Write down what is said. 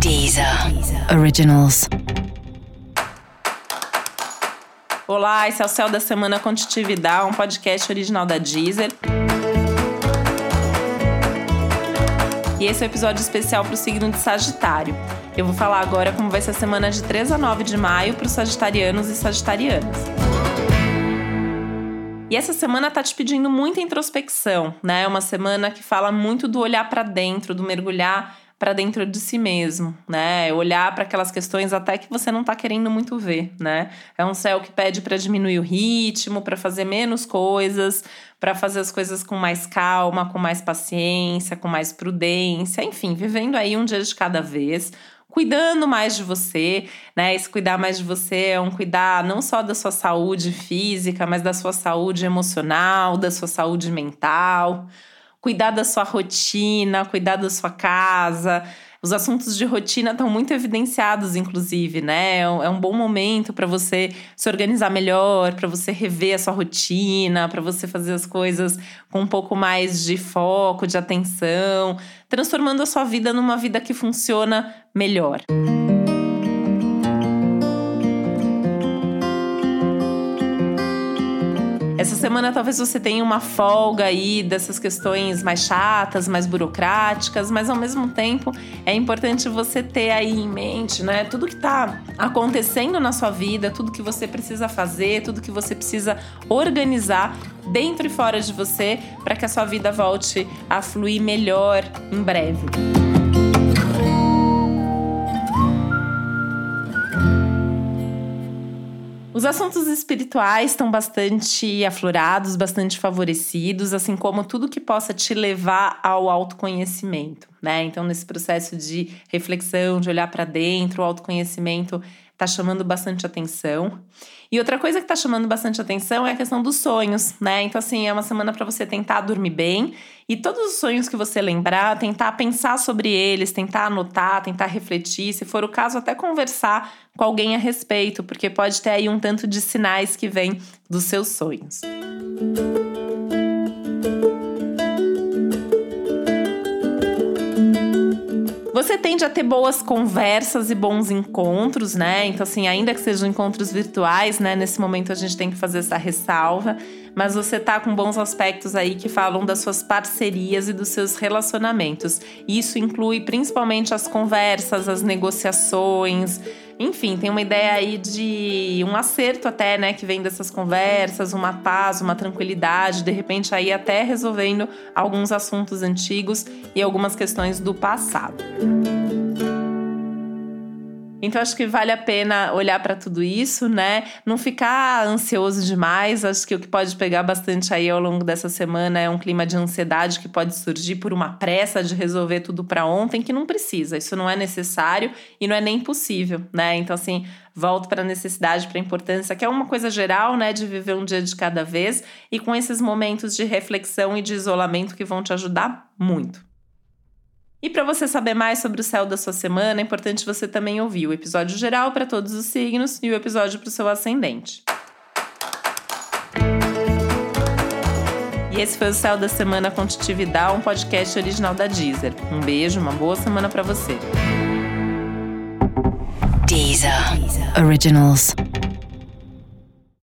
Deezer Originals. Olá, esse é o Céu da Semana com Titi Vidal, um podcast original da Deezer. E esse é o um episódio especial para o signo de Sagitário. Eu vou falar agora como vai ser a semana de 3 a 9 de maio para os sagitarianos e sagitarianas. E essa semana tá te pedindo muita introspecção, né? É uma semana que fala muito do olhar para dentro, do mergulhar para dentro de si mesmo, né? Olhar para aquelas questões até que você não tá querendo muito ver, né? É um céu que pede para diminuir o ritmo, para fazer menos coisas, para fazer as coisas com mais calma, com mais paciência, com mais prudência, enfim, vivendo aí um dia de cada vez, cuidando mais de você, né? Esse cuidar mais de você é um cuidar não só da sua saúde física, mas da sua saúde emocional, da sua saúde mental. Cuidar da sua rotina, cuidar da sua casa. Os assuntos de rotina estão muito evidenciados, inclusive, né? É um bom momento para você se organizar melhor, para você rever a sua rotina, para você fazer as coisas com um pouco mais de foco, de atenção, transformando a sua vida numa vida que funciona melhor. Essa semana talvez você tenha uma folga aí dessas questões mais chatas, mais burocráticas, mas ao mesmo tempo é importante você ter aí em mente, né, tudo que está acontecendo na sua vida, tudo que você precisa fazer, tudo que você precisa organizar dentro e fora de você para que a sua vida volte a fluir melhor em breve. Os assuntos espirituais estão bastante aflorados, bastante favorecidos, assim como tudo que possa te levar ao autoconhecimento, né? Então, nesse processo de reflexão, de olhar para dentro, o autoconhecimento está chamando bastante atenção. E outra coisa que está chamando bastante atenção é a questão dos sonhos, né? Então, assim, é uma semana para você tentar dormir bem e todos os sonhos que você lembrar, tentar pensar sobre eles, tentar anotar, tentar refletir, se for o caso, até conversar com alguém a respeito, porque pode ter aí um tanto de sinais que vêm dos seus sonhos. Você tende a ter boas conversas e bons encontros, né? Então, assim, ainda que sejam encontros virtuais, né? Nesse momento a gente tem que fazer essa ressalva. Mas você tá com bons aspectos aí que falam das suas parcerias e dos seus relacionamentos. E isso inclui principalmente as conversas, as negociações. Enfim, tem uma ideia aí de um acerto até, né? Que vem dessas conversas, uma paz, uma tranquilidade. De repente aí até resolvendo alguns assuntos antigos e algumas questões do passado. Então, acho que vale a pena olhar para tudo isso, né? Não ficar ansioso demais. Acho que o que pode pegar bastante aí ao longo dessa semana é um clima de ansiedade que pode surgir por uma pressa de resolver tudo para ontem, que não precisa. Isso não é necessário e não é nem possível, né? Então, assim, volto para a necessidade, para a importância, que é uma coisa geral, né? De viver um dia de cada vez e com esses momentos de reflexão e de isolamento que vão te ajudar muito. E para você saber mais sobre o céu da sua semana, é importante você também ouvir o episódio geral para todos os signos e o episódio para o seu ascendente. E esse foi o Céu da Semana com Titi Vidal, um podcast original da Deezer. Um beijo, uma boa semana para você. Deezer Originals.